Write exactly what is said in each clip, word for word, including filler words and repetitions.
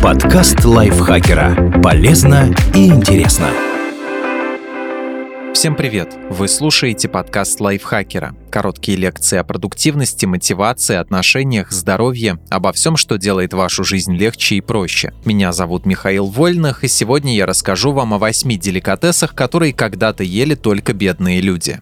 Подкаст лайфхакера. Полезно и интересно. Всем привет! Вы слушаете подкаст лайфхакера. Короткие лекции о продуктивности, мотивации, отношениях, здоровье, обо всем, что делает вашу жизнь легче и проще. Меня зовут Михаил Вольных, и сегодня я расскажу вам о восьми деликатесах, которые когда-то ели только бедные люди.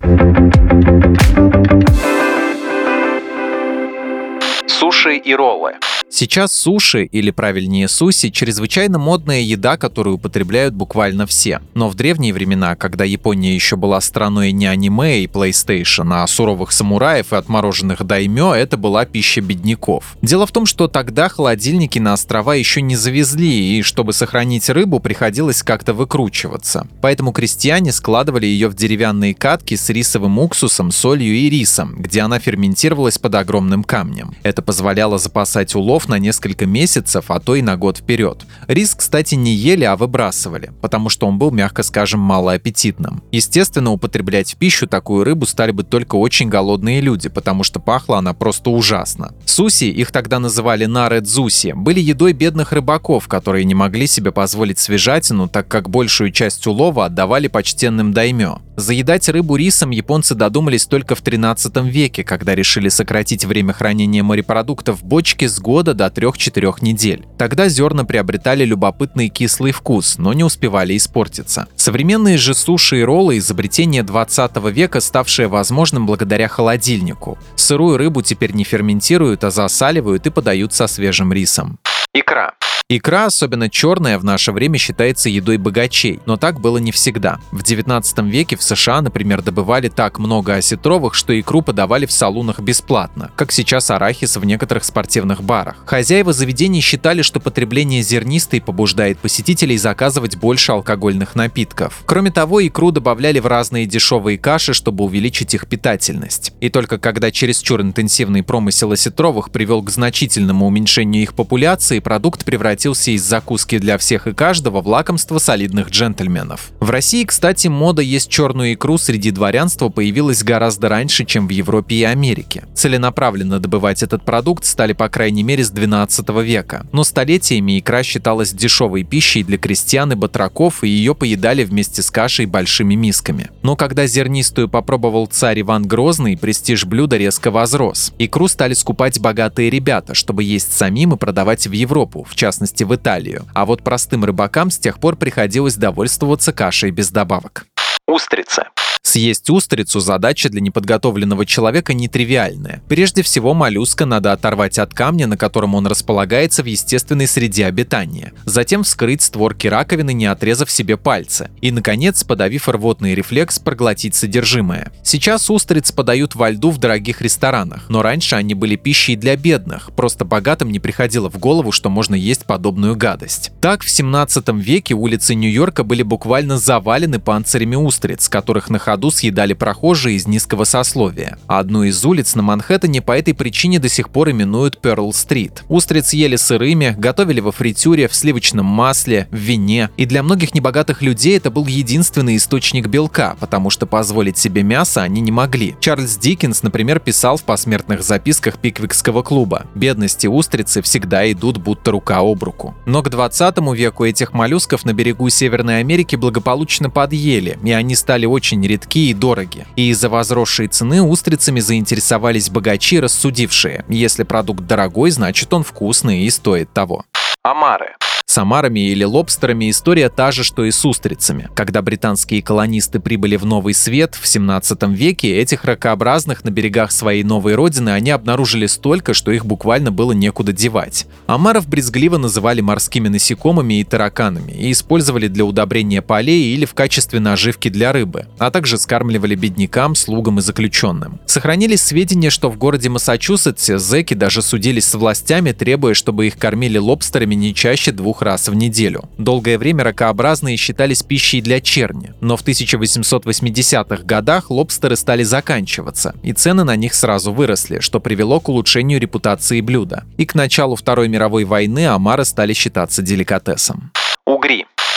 Суши и роллы. Сейчас суши, или правильнее суси, чрезвычайно модная еда, которую употребляют буквально все. Но в древние времена, когда Япония еще была страной не аниме и PlayStation, а суровых самураев и отмороженных даймё, это была пища бедняков. Дело в том, что тогда холодильники на острова еще не завезли, и чтобы сохранить рыбу, приходилось как-то выкручиваться. Поэтому крестьяне складывали ее в деревянные катки с рисовым уксусом, солью и рисом, где она ферментировалась под огромным камнем. Это позволяло запасать улов на несколько месяцев, а то и на год вперед. Рис, кстати, не ели, а выбрасывали, потому что он был, мягко скажем, малоаппетитным. Естественно, употреблять в пищу такую рыбу стали бы только очень голодные люди, потому что пахла она просто ужасно. Суси, их тогда называли наре-дзуси, были едой бедных рыбаков, которые не могли себе позволить свежатину, так как большую часть улова отдавали почтенным даймё. Заедать рыбу рисом японцы додумались только в тринадцатом веке, когда решили сократить время хранения морепродуктов в бочке с года до трех-четырех недель. Тогда зерна приобретали любопытный кислый вкус, но не успевали испортиться. Современные же суши и роллы – изобретение двадцатого века, ставшее возможным благодаря холодильнику. Сырую рыбу теперь не ферментируют, а засаливают и подают со свежим рисом. Икра. Икра, особенно черная, в наше время считается едой богачей, но так было не всегда. В девятнадцатом веке в США, например, добывали так много осетровых, что икру подавали в салунах бесплатно, как сейчас арахис в некоторых спортивных барах. Хозяева заведений считали, что потребление зернистой побуждает посетителей заказывать больше алкогольных напитков. Кроме того, икру добавляли в разные дешевые каши, чтобы увеличить их питательность. И только когда чересчур интенсивный промысел осетровых привел к значительному уменьшению их популяции, продукт превратился из закуски для всех и каждого в лакомство солидных джентльменов. В России, кстати, мода есть черную икру среди дворянства появилась гораздо раньше, чем в Европе и Америке. Целенаправленно добывать этот продукт стали по крайней мере с двенадцатого века. Но столетиями икра считалась дешевой пищей для крестьян и батраков, и ее поедали вместе с кашей большими мисками. Но когда зернистую попробовал царь Иван Грозный, престиж блюда резко возрос. Икру стали скупать богатые ребята, чтобы есть самим и продавать в Европу, в частности в Италию, а вот простым рыбакам с тех пор приходилось довольствоваться кашей без добавок. Устрицы. Съесть устрицу – задача для неподготовленного человека нетривиальная. Прежде всего, моллюска надо оторвать от камня, на котором он располагается в естественной среде обитания. Затем вскрыть створки раковины, не отрезав себе пальцы. И, наконец, подавив рвотный рефлекс, проглотить содержимое. Сейчас устриц подают во льду в дорогих ресторанах, но раньше они были пищей для бедных, просто богатым не приходило в голову, что можно есть подобную гадость. Так, в семнадцатом веке улицы Нью-Йорка были буквально завалены панцирями устриц, которых на ходу съедали прохожие из низкого сословия. А одну из улиц на Манхэттене по этой причине до сих пор именуют Перл-стрит. Устриц ели сырыми, готовили во фритюре, в сливочном масле, в вине. И для многих небогатых людей это был единственный источник белка, потому что позволить себе мясо они не могли. Чарльз Диккенс, например, писал в посмертных записках Пиквикского клуба: «Бедности устрицы всегда идут будто рука об руку». Но к двадцатому веку этих моллюсков на берегу Северной Америки благополучно подъели, и они стали очень редки и дороги. И из-за возросшей цены устрицами заинтересовались богачи, рассудившие: если продукт дорогой, значит он вкусный и стоит того. Омары. С омарами или лобстерами история та же, что и с устрицами. Когда британские колонисты прибыли в Новый Свет в семнадцатом веке, этих ракообразных на берегах своей новой родины они обнаружили столько, что их буквально было некуда девать. Омаров брезгливо называли морскими насекомыми и тараканами и использовали для удобрения полей или в качестве наживки для рыбы, а также скармливали беднякам, слугам и заключенным. Сохранились сведения, что в городе Массачусетсе зэки даже судились с властями, требуя, чтобы их кормили лобстерами не чаще двух раз в неделю. Долгое время ракообразные считались пищей для черни, но в тысяча восемьсот восьмидесятых годах лобстеры стали заканчиваться, и цены на них сразу выросли, что привело к улучшению репутации блюда. И к началу Второй мировой войны омары стали считаться деликатесом. Угри.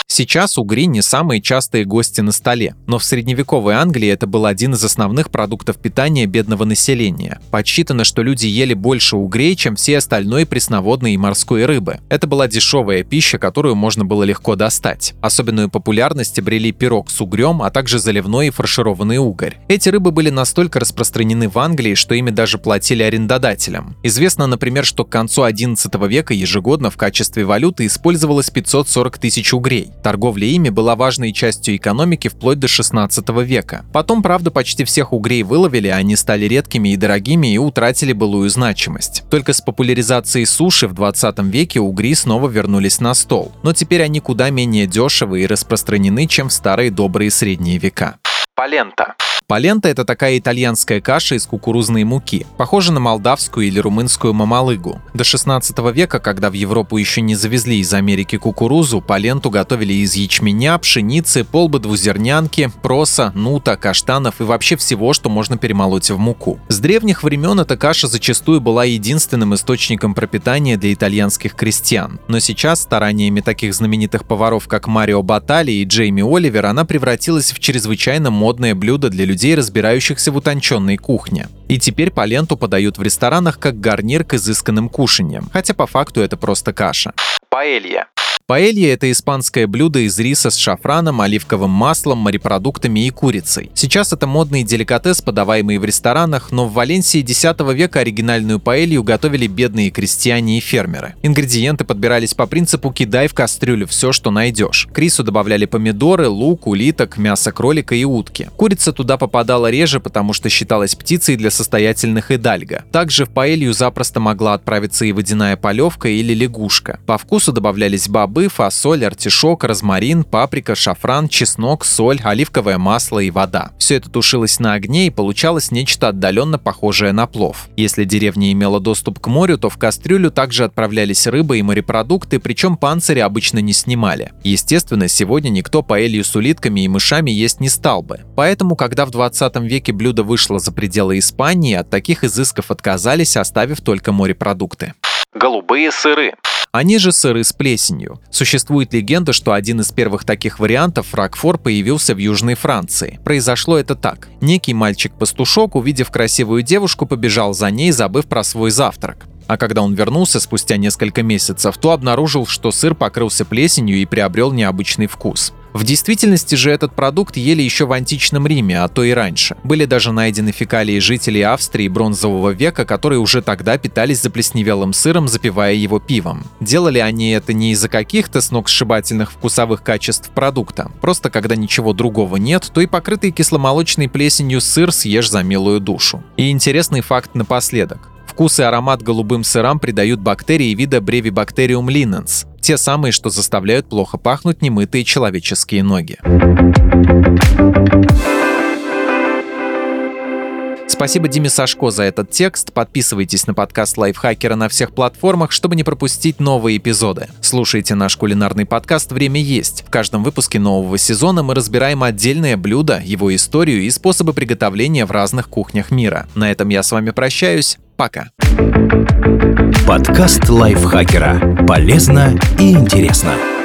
Сейчас угри не самые частые гости на столе, но в средневековой Англии это был один из основных продуктов питания бедного населения. Подсчитано, что люди ели больше угрей, чем все остальной пресноводной и морской рыбы. Это была дешевая пища, которую можно было легко достать. Особенную популярность обрели пирог с угрем, а также заливной и фаршированный угорь. Эти рыбы были настолько распространены в Англии, что ими даже платили арендодателям. Известно, например, что к концу одиннадцатого века ежегодно в качестве валюты использовалось пятьсот сорок тысяч угрей. Торговля ими была важной частью экономики вплоть до шестнадцатого века. Потом, правда, почти всех угрей выловили, они стали редкими и дорогими и утратили былую значимость. Только с популяризацией суши в двадцатом веке угри снова вернулись на стол. Но теперь они куда менее дешевы и распространены, чем в старые добрые средние века. Полента. Полента – это такая итальянская каша из кукурузной муки, похожа на молдавскую или румынскую мамалыгу. До шестнадцатого века, когда в Европу еще не завезли из Америки кукурузу, поленту готовили из ячменя, пшеницы, полбы двузернянки, проса, нута, каштанов и вообще всего, что можно перемолоть в муку. С древних времен эта каша зачастую была единственным источником пропитания для итальянских крестьян. Но сейчас стараниями таких знаменитых поваров, как Марио Батали и Джейми Оливер, она превратилась в чрезвычайно модное блюдо для людей, разбирающихся в утонченной кухне. И теперь поленту подают в ресторанах как гарнир к изысканным кушаньям, хотя по факту это просто каша. Паэлья. Паэлья – это испанское блюдо из риса с шафраном, оливковым маслом, морепродуктами и курицей. Сейчас это модный деликатес, подаваемый в ресторанах, но в Валенсии десятого века оригинальную паэлью готовили бедные крестьяне и фермеры. Ингредиенты подбирались по принципу «кидай в кастрюлю все, что найдешь». К рису добавляли помидоры, лук, улиток, мясо кролика и утки. Курица туда попадала реже, потому что считалась птицей для состоятельных идальго. Также в паэлью запросто могла отправиться и водяная полевка или лягушка. По вкусу добавлялись бобы, фасоль, артишок, розмарин, паприка, шафран, чеснок, соль, оливковое масло и вода. Все это тушилось на огне и получалось нечто отдаленно похожее на плов. Если деревня имела доступ к морю, то в кастрюлю также отправлялись рыба и морепродукты, причем панцири обычно не снимали. Естественно, сегодня никто паэлью с улитками и мышами есть не стал бы. Поэтому, когда в двадцатом веке блюдо вышло за пределы Испании, от таких изысков отказались, оставив только морепродукты. Голубые сыры. Они же сыры с плесенью. Существует легенда, что один из первых таких вариантов, рокфор, появился в Южной Франции. Произошло это так. Некий мальчик-пастушок, увидев красивую девушку, побежал за ней, забыв про свой завтрак. А когда он вернулся спустя несколько месяцев, то обнаружил, что сыр покрылся плесенью и приобрел необычный вкус. В действительности же этот продукт ели еще в античном Риме, а то и раньше. Были даже найдены фекалии жителей Австрии бронзового века, которые уже тогда питались заплесневелым сыром, запивая его пивом. Делали они это не из-за каких-то сногсшибательных вкусовых качеств продукта. Просто когда ничего другого нет, то и покрытый кисломолочной плесенью сыр съешь за милую душу. И интересный факт напоследок. Вкус и аромат голубым сырам придают бактерии вида Brevibacterium linens, те самые, что заставляют плохо пахнуть немытые человеческие ноги. Спасибо Диме Сашко за этот текст. Подписывайтесь на подкаст Лайфхакера на всех платформах, чтобы не пропустить новые эпизоды. Слушайте наш кулинарный подкаст «Время есть». В каждом выпуске нового сезона мы разбираем отдельное блюдо, его историю и способы приготовления в разных кухнях мира. На этом я с вами прощаюсь. Пока. Подкаст Лайфхакера. Полезно и интересно.